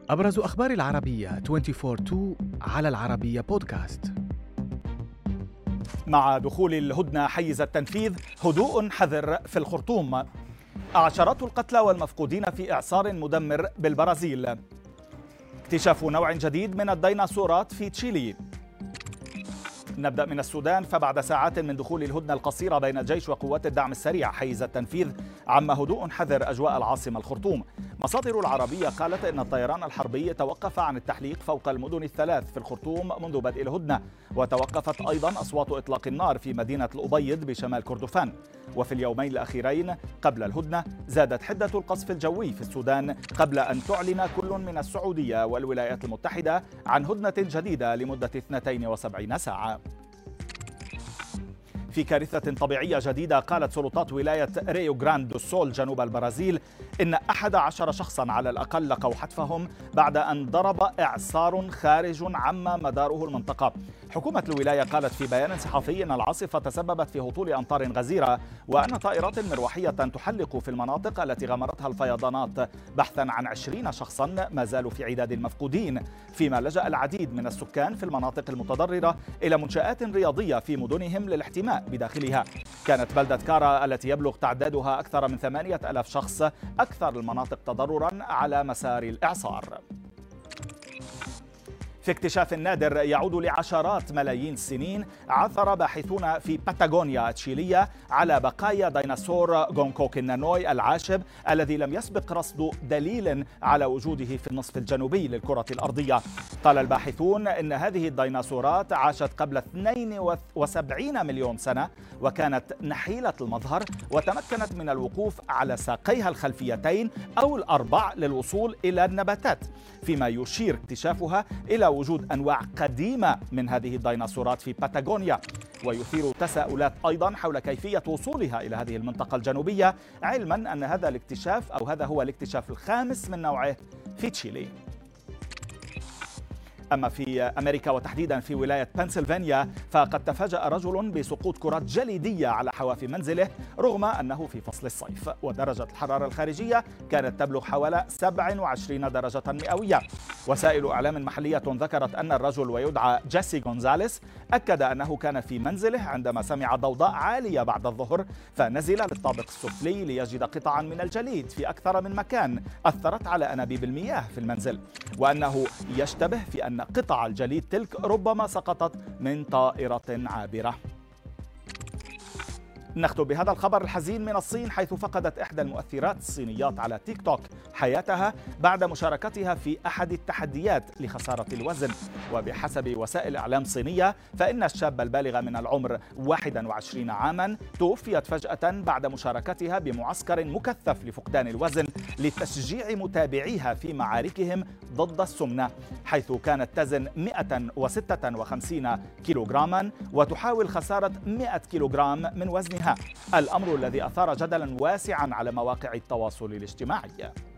أبرز أخبار العربية 24/2 على العربية بودكاست. مع دخول الهدنة حيز التنفيذ هدوء حذر في الخرطوم. عشرات القتلى والمفقودين في إعصار مدمر بالبرازيل. اكتشاف نوع جديد من الديناصورات في تشيلي. نبدأ من السودان، فبعد ساعات من دخول الهدنة القصيرة بين الجيش وقوات الدعم السريع حيز التنفيذ عم هدوء حذر أجواء العاصمة الخرطوم. مصادر العربية قالت إن الطيران الحربي توقف عن التحليق فوق المدن الثلاث في الخرطوم منذ بدء الهدنة، وتوقفت أيضا أصوات إطلاق النار في مدينة الأبيض بشمال كردفان. وفي اليومين الأخيرين قبل الهدنة زادت حدة القصف الجوي في السودان قبل أن تعلن كل من السعودية والولايات المتحدة عن هدنة جديدة لمدة 72 ساعة. في كارثة طبيعية جديدة، قالت سلطات ولاية ريو جراند دو سول جنوب البرازيل إن 11 شخصا على الأقل لقوا حتفهم بعد أن ضرب إعصار خارج عم مداره المنطقة. حكومة الولاية قالت في بيان صحفي إن العاصفة تسببت في هطول أمطار غزيرة، وأن طائرات مروحية تحلق في المناطق التي غمرتها الفيضانات بحثا عن 20 شخصا ما زالوا في عداد المفقودين، فيما لجأ العديد من السكان في المناطق المتضررة إلى منشآت رياضية في مدنهم للاحتماء بداخلها. كانت بلدة كارا التي يبلغ تعدادها أكثر من 8000 شخص أكثر المناطق تضررا على مسار الإعصار. في اكتشاف نادر يعود لعشرات ملايين السنين، عثر باحثون في باتاغونيا التشيلية على بقايا ديناصور غونكوك النانوي العاشب الذي لم يسبق رصد دليل على وجوده في النصف الجنوبي للكرة الأرضية. قال الباحثون إن هذه الديناصورات عاشت قبل 72 مليون سنة، وكانت نحيلة المظهر، وتمكنت من الوقوف على ساقيها الخلفيتين أو الأربع للوصول إلى النباتات، فيما يشير اكتشافها إلى وجود أنواع قديمة من هذه الديناصورات في باتاغونيا. ويثير تساؤلات أيضا حول كيفية وصولها إلى هذه المنطقة الجنوبية، علما أن هذا الاكتشاف أو هذا هو الاكتشاف الخامس من نوعه في تشيلي. أما في أمريكا وتحديدا في ولاية بنسلفانيا، فقد تفاجأ رجل بسقوط كرات جليدية على حواف منزله رغم أنه في فصل الصيف، ودرجة الحرارة الخارجية كانت تبلغ حوالي 27 درجة مئوية. وسائل إعلام محلية ذكرت أن الرجل ويدعى جيسي غونزاليس أكد أنه كان في منزله عندما سمع ضوضاء عالية بعد الظهر، فنزل للطابق السفلي ليجد قطعا من الجليد في أكثر من مكان أثرت على أنابيب المياه في المنزل، وأنه يشتبه في أن قطع الجليد تلك ربما سقطت من طائرة عابرة. نختم بهذا الخبر الحزين من الصين، حيث فقدت إحدى المؤثرات الصينيات على تيك توك حياتها بعد مشاركتها في أحد التحديات لخسارة الوزن. وبحسب وسائل إعلام صينية، فإن الشابة البالغة من العمر 21 عاما توفيت فجأة بعد مشاركتها بمعسكر مكثف لفقدان الوزن لتشجيع متابعيها في معاركهم ضد السمنة، حيث كانت تزن 156 كيلوغراما وتحاول خسارة 100 كيلوغرام من وزنها، الأمر الذي أثار جدلا واسعا على مواقع التواصل الاجتماعي.